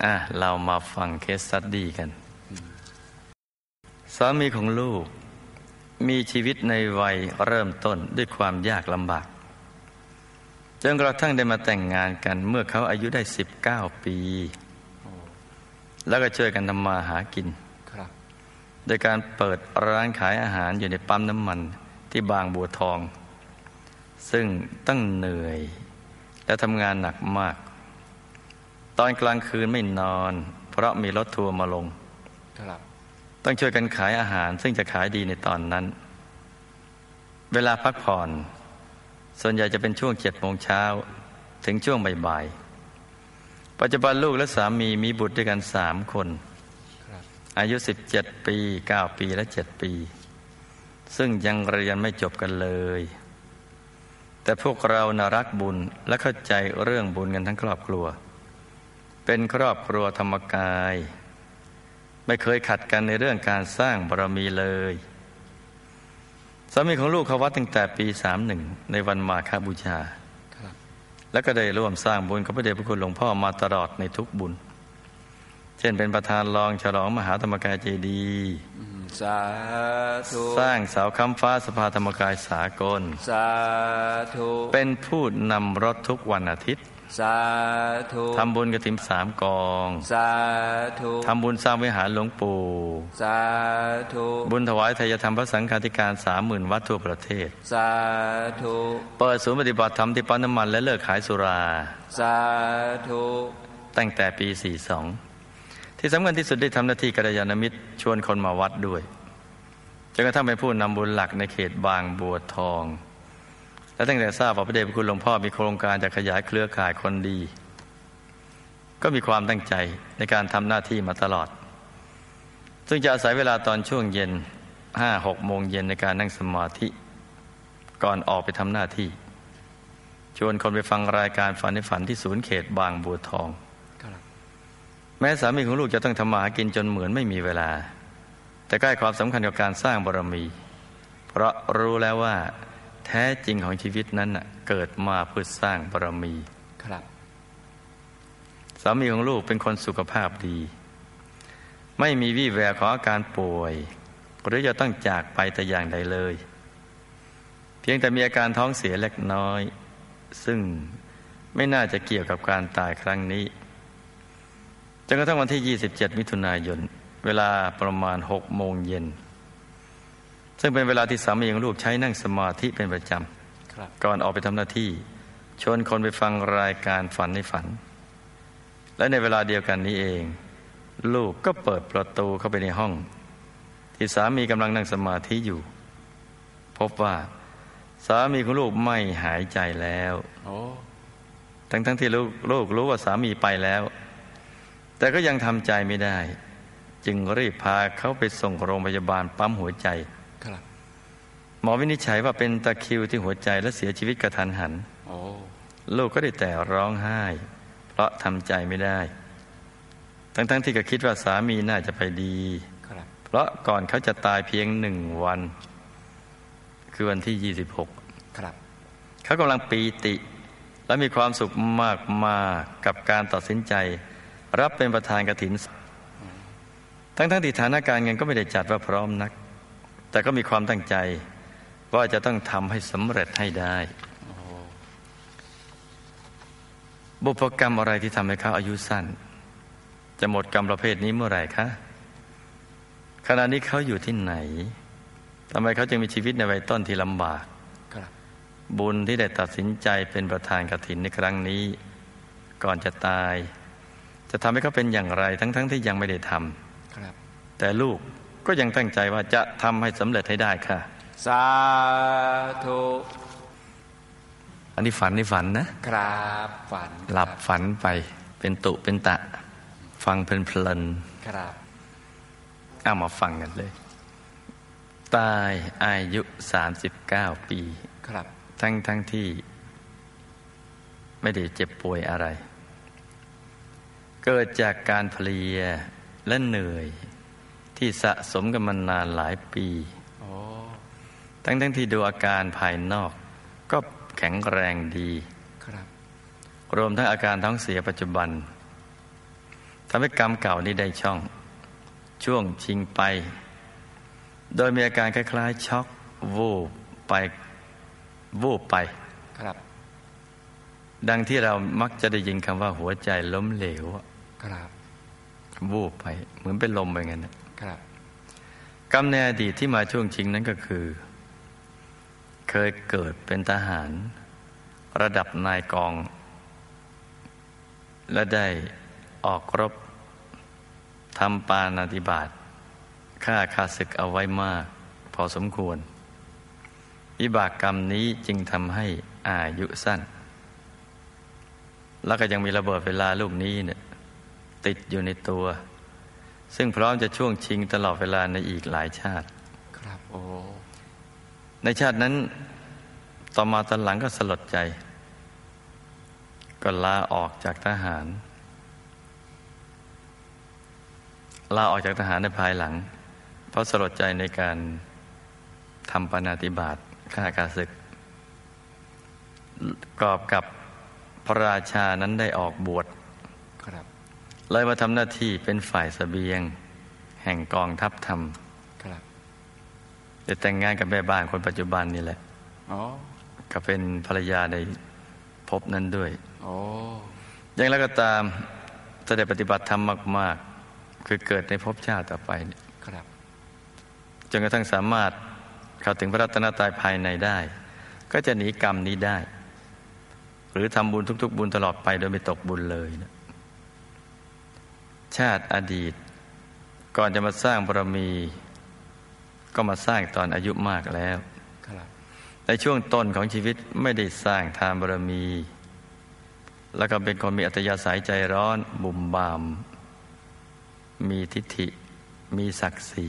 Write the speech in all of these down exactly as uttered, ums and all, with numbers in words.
อ่ะเรามาฟังเคสสตั๊ดดี้กันสามีของลูกมีชีวิตในวัยเริ่มต้นด้วยความยากลำบากจนกระทั่งได้มาแต่งงานกันเมื่อเขาอายุได้สิบเก้าปีแล้วก็ช่วยกันทำมาหากินโดยการเปิดร้านขายอาหารอยู่ในปั๊มน้ำมันที่บางบัวทองซึ่งต้องเหนื่อยและทำงานหนักมากตอนกลางคืนไม่นอนเพราะมีรถทัวร์มาลงต้องช่วยกันขายอาหารซึ่งจะขายดีในตอนนั้นเวลาพักผ่อนส่วนใหญ่จะเป็นช่วงเจ็ดโมงเช้าถึงช่วงบ่ายๆปัจจุบันลูกและสามีมีบุตรด้วยกันสามคนอายุสิบเจ็ดปีเก้าปีและเจ็ดปีซึ่งยังเรียนไม่จบกันเลยแต่พวกเราน่ารักบุญและเข้าใจเรื่องบุญกันทั้งครอบครัวเป็นครอบครัวธรรมกายไม่เคยขัดกันในเรื่องการสร้างบารมีเลยสามีของลูกเข้าวัดตั้งแต่ปีสามสิบเอ็ดในวันมาฆบูชาแล้วก็ได้ร่วมสร้างบุญกับพระเดชพระคุณหลวงพ่อมาตลอดในทุกบุญเช่นเป็นประธานรองฉลองมหาธรรมกายเจดีย์สาธุสร้างเสาค้ำฟ้าสภาธรรมกายสากลสาธุเป็นผู้นำรถทุกวันอาทิตย์สาธุทำบุญกฐินสามกองสาธุทำบุญสร้างวิหารหลวงปู่สาธุบุญถวายทายธรรมพระสังฆาธิการสามหมื่นวัดทั่วประเทศสาธุเปิดศูนย์ปฏิบัติธรรมที่ปั๊มน้ำมันและเลิกขายสุราสาธุตั้งแต่ปีสี่สิบสองที่สำคัญที่สุดได้ทำหน้าที่กัลยาณมิตรชวนคนมาวัดด้วยจนกระทั่งเป็นผู้นำบุญหลักในเขตบางบัวทองและตั้งแต่ทราบว่าพระเดชพระคุณหลวงพ่อมีโครงการจะขยายเครือข่ายคนดีก็มีความตั้งใจในการทำหน้าที่มาตลอดซึ่งจะอาศัยเวลาตอนช่วงเย็นห้าหกโมงเย็นในการนั่งสมาธิก่อนออกไปทำหน้าที่ชวนคนไปฟังรายการฝันในฝันที่ศูนย์เขตบางบัวทองแม้สามีของลูกจะต้องทำมาหากินจนเหมือนไม่มีเวลาแต่ก็ให้ความสำคัญกับการสร้างบารมีเพราะรู้แล้วว่าแท้จริงของชีวิตนั้นเกิดมาเพื่อสร้างบารมีครับสามีของลูกเป็นคนสุขภาพดีไม่มีวี่แววของอาการป่วยหรือจะต้องจากไปแต่อย่างใดเลยเพียงแต่มีอาการท้องเสียเล็กน้อยซึ่งไม่น่าจะเกี่ยวกับการตายครั้งนี้จนกระทั่งวันที่ยี่สิบเจ็ดมิถุนายนเวลาประมาณหกโมงเย็นซึ่งเป็นเวลาที่สามีของลูกใช้นั่งสมาธิเป็นประจำก่อนออกไปทำหน้าที่ชวนคนไปฟังรายการฝันในฝันและในเวลาเดียวกันนี้เองลูกก็เปิดประตูเข้าไปในห้องที่สามีกำลังนั่งสมาธิอยู่พบว่าสามีของลูกไม่หายใจแล้วทั้งทั้งที่ลูกลูกรู้ว่าสามีไปแล้วแต่ก็ยังทำใจไม่ได้จึงรีบพาเขาไปส่งโรงพยาบาลปั๊มหัวใจหมอวินิจฉัยว่าเป็นตะคริวที่หัวใจและเสียชีวิตกระทันหันลูกก็ได้แต่ร้องไห้เพราะทำใจไม่ได้ทั้งๆ ท, ที่ก็คิดว่าสามีน่าจะไปดีเพราะก่อนเขาจะตายเพียงหนึ่งวันคือวันที่ยี่สิบหกเขากำลังปีติและมีความสุขมากๆกับการตัดสินใจรับเป็นประธานกฐินทั้งๆ ที่ฐานะการเงินก็ไม่ได้จัดว่าพร้อมนักแต่ก็มีความตั้งใจว่าจะต้องทำให้สำเร็จให้ได้บุพกรรมอะไรที่ทำให้เขาอายุสั้นจะหมดกรรมประเภทนี้เมื่อไหร่คะขณะนี้เขาอยู่ที่ไหนทำไมเขาจึงมีชีวิตในวัยต้นที่ลำบากบุญที่ได้ตัดสินใจเป็นประธานกฐินในครั้งนี้ก่อนจะตายจะทำให้เขาเป็นอย่างไรทั้งๆ ท, ที่ยังไม่ได้ทำแต่ลูกก็ยังตั้งใจว่าจะทำให้สำเร็จให้ได้ค่ะสาธุอันนี้ฝันนี่ฝันนะครับฝันหลับฝันไปเป็นตุเป็นตะฟังเพลินๆครับเอามาฟังกันเลยตายอายุสามสิบเก้าปีครับทั้งทั้งที่ไม่ได้เจ็บป่วยอะไรเกิดจากการเพลียและเหนื่อยที่สะสมกันมานานหลายปีทั้งทั้งที่ดูอาการภายนอกก็แข็งแรงดีรวมทั้งอาการท้องเสียปัจจุบันทำให้กรรมเก่านี้ได้ช่องช่วงชิงไปโดยมีอาการคล้ายๆช็อกวูบไปวูบไปครับดังที่เรามักจะได้ยินคำว่าหัวใจล้มเหลวครับวูบไปเหมือนเป็นลมไปงั้นนะครับกรรมในอดีตที่มาช่วงชิงนั้นก็คือเคยเกิดเป็นทหารระดับนายกองและได้ออกรบทำปาณาติบาตฆ่าข้าศึกเอาไว้มากพอสมควรวิบากกรรมนี้จึงทำให้อายุสั้นแล้วก็ยังมีระเบิดเวลาลูกนี้เนี่ยติดอยู่ในตัวซึ่งพร้อมจะช่วงชิงตลอดเวลาในอีกหลายชาติครับโอ้ในชาตินั้นต่อมาตอนหลังก็สลดใจก็ลาออกจากทหารลาออกจากทหารในภายหลังเพราะสลดใจในการทำปาณาติบาตฆ่าข้าศึกกอบกับพระราชานั้นได้ออกบวชเลยมาทำหน้าที่เป็นฝ่ายเสบียงแห่งกองทัพธรรมได้แต่งงานกับแม่บ้านคนปัจจุบันนี่แหละก็เป็นภรรยาในภพนั้นด้วยอย่างไรก็ตามถ้าได้ปฏิบัติธรรมมากๆคือเกิดในภพชาติต่อไปจนกระทั่งสามารถเข้าถึงพระรัตนตรัยภายในได้ก็จะหนีกรรมนี้ได้หรือทำบุญทุกๆบุญตลอดไปโดยไม่ตกบุญเลยนะชาติอดีตก่อนจะมาสร้างบารมีก็มาสร้างตอนอายุมากแล้วในช่วงต้นของชีวิตไม่ได้สร้างทานบารมีแล้วก็เป็นคนมีอัตยาศัยใจร้อนบุ่มบามมีทิฏฐิมีศักดิ์ศรี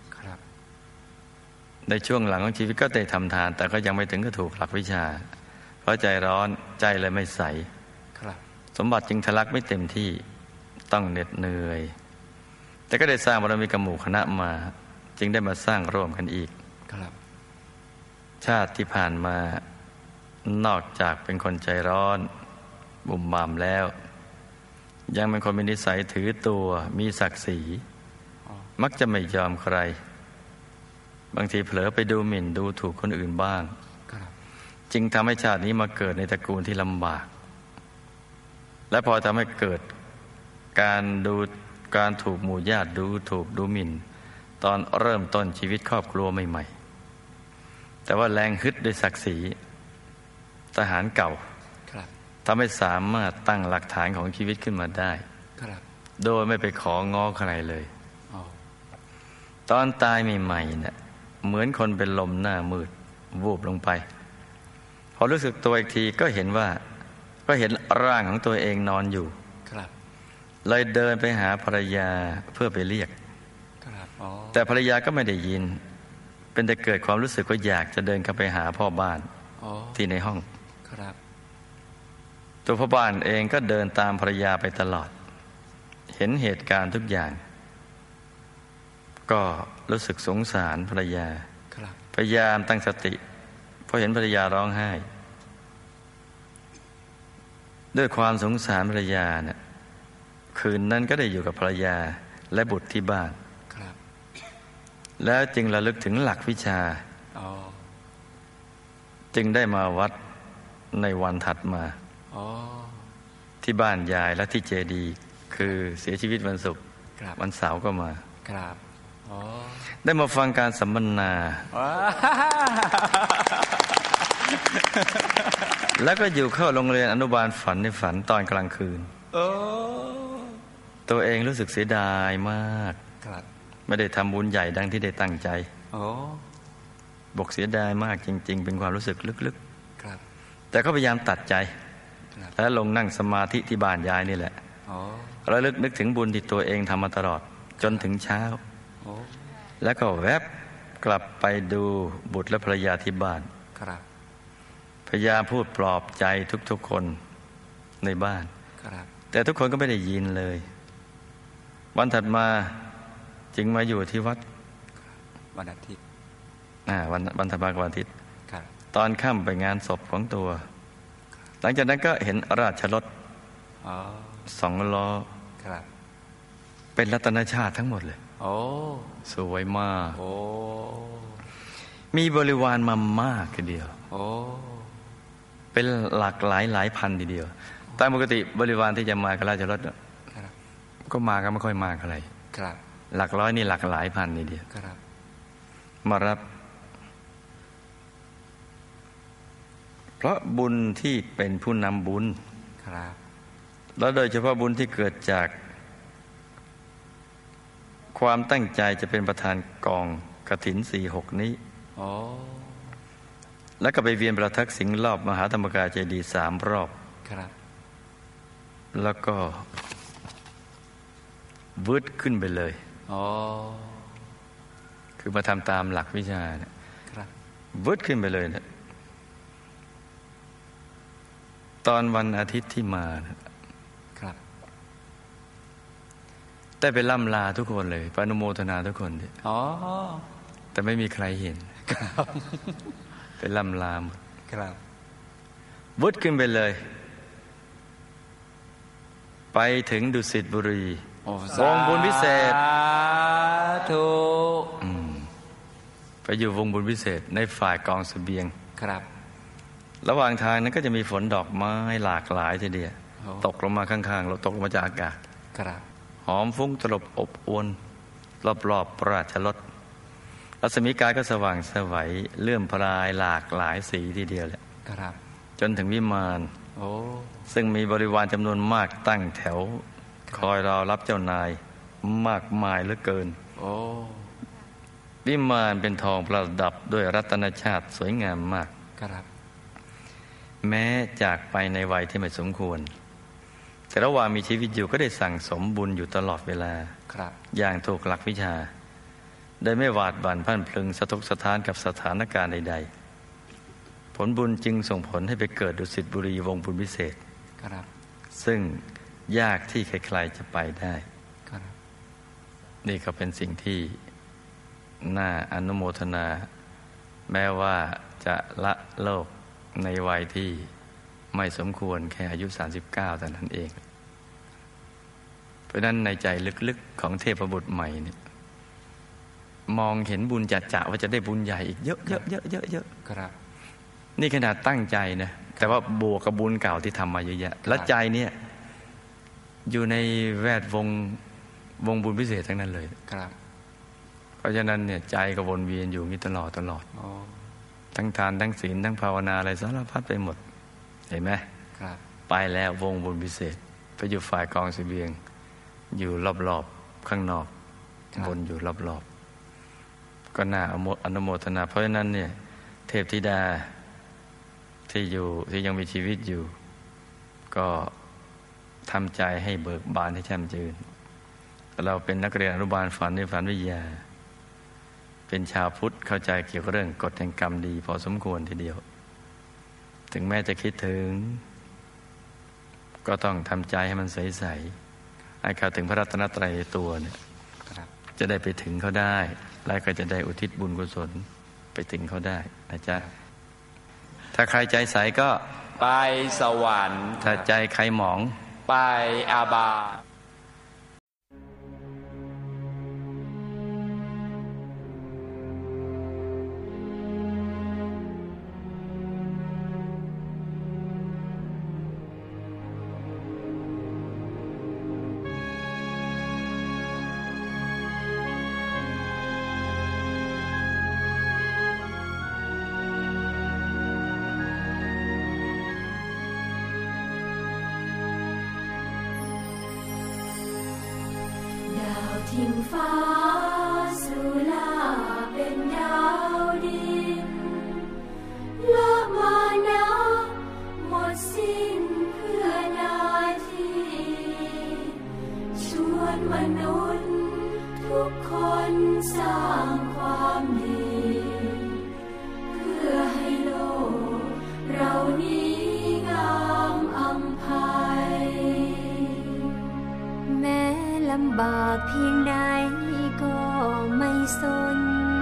ในช่วงหลังของชีวิตก็ได้ทำทานแต่ก็ยังไม่ถึงกับถูกหลักวิชาเพราะใจร้อนใจเลยไม่ใสสมบัติจึงทะลักไม่เต็มที่ต้องเหน็ดเหนื่อยแต่ก็ได้สร้างบารมีกับหมู่คณะมาจึงได้มาสร้างร่วมกันอีกชาติที่ผ่านมานอกจากเป็นคนใจร้อนบุ่มบามแล้วยังเป็นคนมีนิสัยถือตัวมีศักดิ์ศรีมักจะไม่ยอมใครบางทีเผลอไปดูหมิ่นดูถูกคนอื่นบ้างจึงทำให้ชาตินี้มาเกิดในตระกูลที่ลำบากและพอทำให้เกิดการดูการถูกหมู่ญาติดูถูกดูหมิ่นตอนเริ่มต้นชีวิตครอบครัวใหม่ๆแต่ว่าแรงฮึดด้วยศักดิ์ศรีทหารเก่าทำให้สามารถตั้งหลักฐานของชีวิตขึ้นมาได้โดยไม่ไปของ้อใครเลยตอนตายใหม่ๆเนี่ยเหมือนคนเป็นลมหน้ามืดวูบลงไปพอรู้สึกตัวอีกทีก็เห็นว่าก็เห็นร่างของตัวเองนอนอยู่เลยเดินไปหาภรรยาเพื่อไปเรียกแต่ภรรยาก็ไม่ได้ยินเป็นแต่เกิดความรู้สึกว่าอยากจะเดินเข้าไปหาพ่อบ้านที่ในห้องตัวพ่อบ้านเองก็เดินตามภรรยาไปตลอดเห็นเหตุการณ์ทุกอย่างก็รู้สึกสงสารภรรยาพยายามตั้งสติพอเห็นภรรยาร้องไห้ด้วยความสงสารภรรยาเนี่ยคืนนั้นก็ได้อยู่กับภรรยาและบุตรที่บ้านแล้วจึงระลึกถึงหลักวิชาจึงได้มาวัดในวันถัดมาที่บ้านยายและที่เจดีย์คือเสียชีวิตวันศุกร์วันเสาร์ก็มาได้มาฟังการสัมมนาแล้วก็อยู่เข้าโรงเรียนอนุบาลฝันในฝันตอนกลางคืนตัวเองรู้สึกเสียดายมากไม่ได้ทำบุญใหญ่ดังที่ได้ตั้งใจบอกเสียดายมากจริงๆเป็นความรู้สึกลึกๆแต่ก็พยายามตัดใจแล้วลงนั่งสมาธิที่บ้านยายนี่แหละระลึกนึกถึงบุญที่ตัวเองทำมาตลอดจนถึงเช้าแล้วก็แวบกลับไปดูบุตรและภรรยาที่บ้านพยายามพูดปลอบใจทุกๆคนในบ้านแต่ทุกคนก็ไม่ได้ยินเลยวันถัดมาจึงมาอยู่ที่วัดวันอาทิตย์อ่าวันวันถัดมาวันอาทิตย์ตอนค่ำไปงานศพของตัวหลังจากนั้นก็เห็นราชรถสองล้อเป็นรัตนชาติทั้งหมดเลยโอ้สวยมากโอ้มีบริวารมามากทีเดียวโอ้เป็นหลากหลายหลายพันทีเดียวตามปกติบริวารที่จะมากับราชรถก็มากันไม่ค่อยมากอะไรหลักร้อยนี่หลักหลายพันทีเดียวมารับเพราะบุญที่เป็นผู้นำบุญแล้วโดยเฉพาะบุญที่เกิดจากความตั้งใจจะเป็นประธานกองกฐินสี่หกนี้แล้วก็ไปเวียนประทักษิณรอบมหาธรรมกายเจดีย์สามรอบแล้วก็วืดขึ้นไปเลยคือมาทำตามหลักวิชาเนี่ยวืดขึ้นไปเลยนะตอนวันอาทิตย์ที่มานะครับได้ไปล่ำลาทุกคนเลยปานุโมทนาทุกคนเลยอ๋อแต่ไม่มีใครเห็นครับไปล่ำลาหมดครับวุดขึ้นไปเลยไปถึงดุสิตบุรีวงบุญพิเศษถูกไปอยู่วงบุญพิเศษในฝ่ายกองเสบียงครับระหว่างทางนั้นก็จะมีฝนดอกไม้หลากหลายทีเดียวตกลงมาข้างๆเราตกลงมาจากอากาศหอมฟุ้งตลบอบอวนรอบๆพระราชรถรัศมีกายก็สว่างสวัยเลื่อมพรายหลากหลายสีทีเดียวแหละจนถึงวิมานซึ่งมีบริวารจำนวนมากตั้งแถวคอยรอรับเจ้านายมากมายเหลือเกินวิมานเป็นทองประดับด้วยรัตนชาติสวยงามมากแม้จากไปในวัยที่ไม่สมควรแต่ระหว่างมีชีวิตอยู่ก็ได้สั่งสมบุญอยู่ตลอดเวลาอย่างถูกหลักวิชาได้ไม่หวาดหวั่นพลันพลึงสะทกสะท้านกับสถานการณ์ใดๆผลบุญจึงส่งผลให้ไปเกิดดุสิตบุรีวงบุญพิเศษซึ่งยากที่ใครๆจะไปได้นี่ก็เป็นสิ่งที่น่าอนุโมทนาแม้ว่าจะละโลกในวัยที่ไม่สมควรแค่อายุสามสิบเก้าแต่นั้นเองเพราะนั้นในใจลึกๆของเทพบุตรใหม่เนี่ยมองเห็นบุญจัดจ่าว่าจะได้บุญใหญ่อีกเยอะเยอะเยอะเยอะเยอะครับนี่ขนาดตั้งใจนะแต่ว่าบวกกับบุญเก่าที่ทำมาเยอะแยะและใจเนี่ยอยู่ในแวดวงวงบุญพิเศษทั้งนั้นเลยครับเพราะฉะนั้นเนี่ยใจก็วนเวียนอยู่นี่ตลอดตลอดทั้งทานทั้งศีลทั้งภาวนาอะไรสารพัดไปหมดเห็นไหมครับไปแล้ววงบุญพิเศษไปอยู่ฝ่ายกองเสบียงอยู่รอบๆข้างนอกบนอยู่รอบๆก็น่าอนุโมทนาเพราะฉะนั้นเนี่ยเทพธิดาที่อยู่ที่ยังมีชีวิตอยู่ก็ทำใจให้เบิกบานให้แช่มชื่นเราเป็นนักเรียนอนุบาลฝันในฝันวิทยาเป็นชาวพุทธเข้าใจเกี่ยวกับเรื่องกฎแห่งกรรมดีพอสมควรทีเดียวถึงแม้จะคิดถึงก็ต้องทำใจให้มันใสๆให้เข้าถึงพระรัตนตรัยในตัวเนี่ยจะได้ไปถึงเขาได้และก็จะได้อุทิศบุญกุศลไปถึงเขาได้นะจ๊ะถ้าใครใจใสก็ไปสวรรค์ถ้าใจใครหมองไปอาบายทิงฟ้าสุลาเป็นดาวดินละมานะหมดสิ้นเพื่อนาทีชวนมนุษย์ทุกคนสร้างความดีเพื่อให้โลกเรานี้งามอำไพแม้ลำบากเพียงใดก็ไม่สน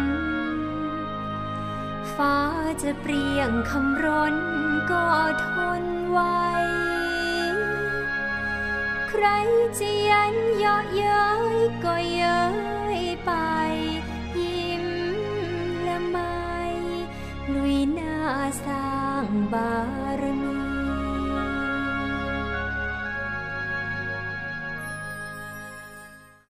ฟ้าจะเปรี้ยงคำร้นก็ทนไว้ใครรจะยันเยาะเย้ยก็เย้ยไปยิ้มละไมลุยหน้าสร้างบาร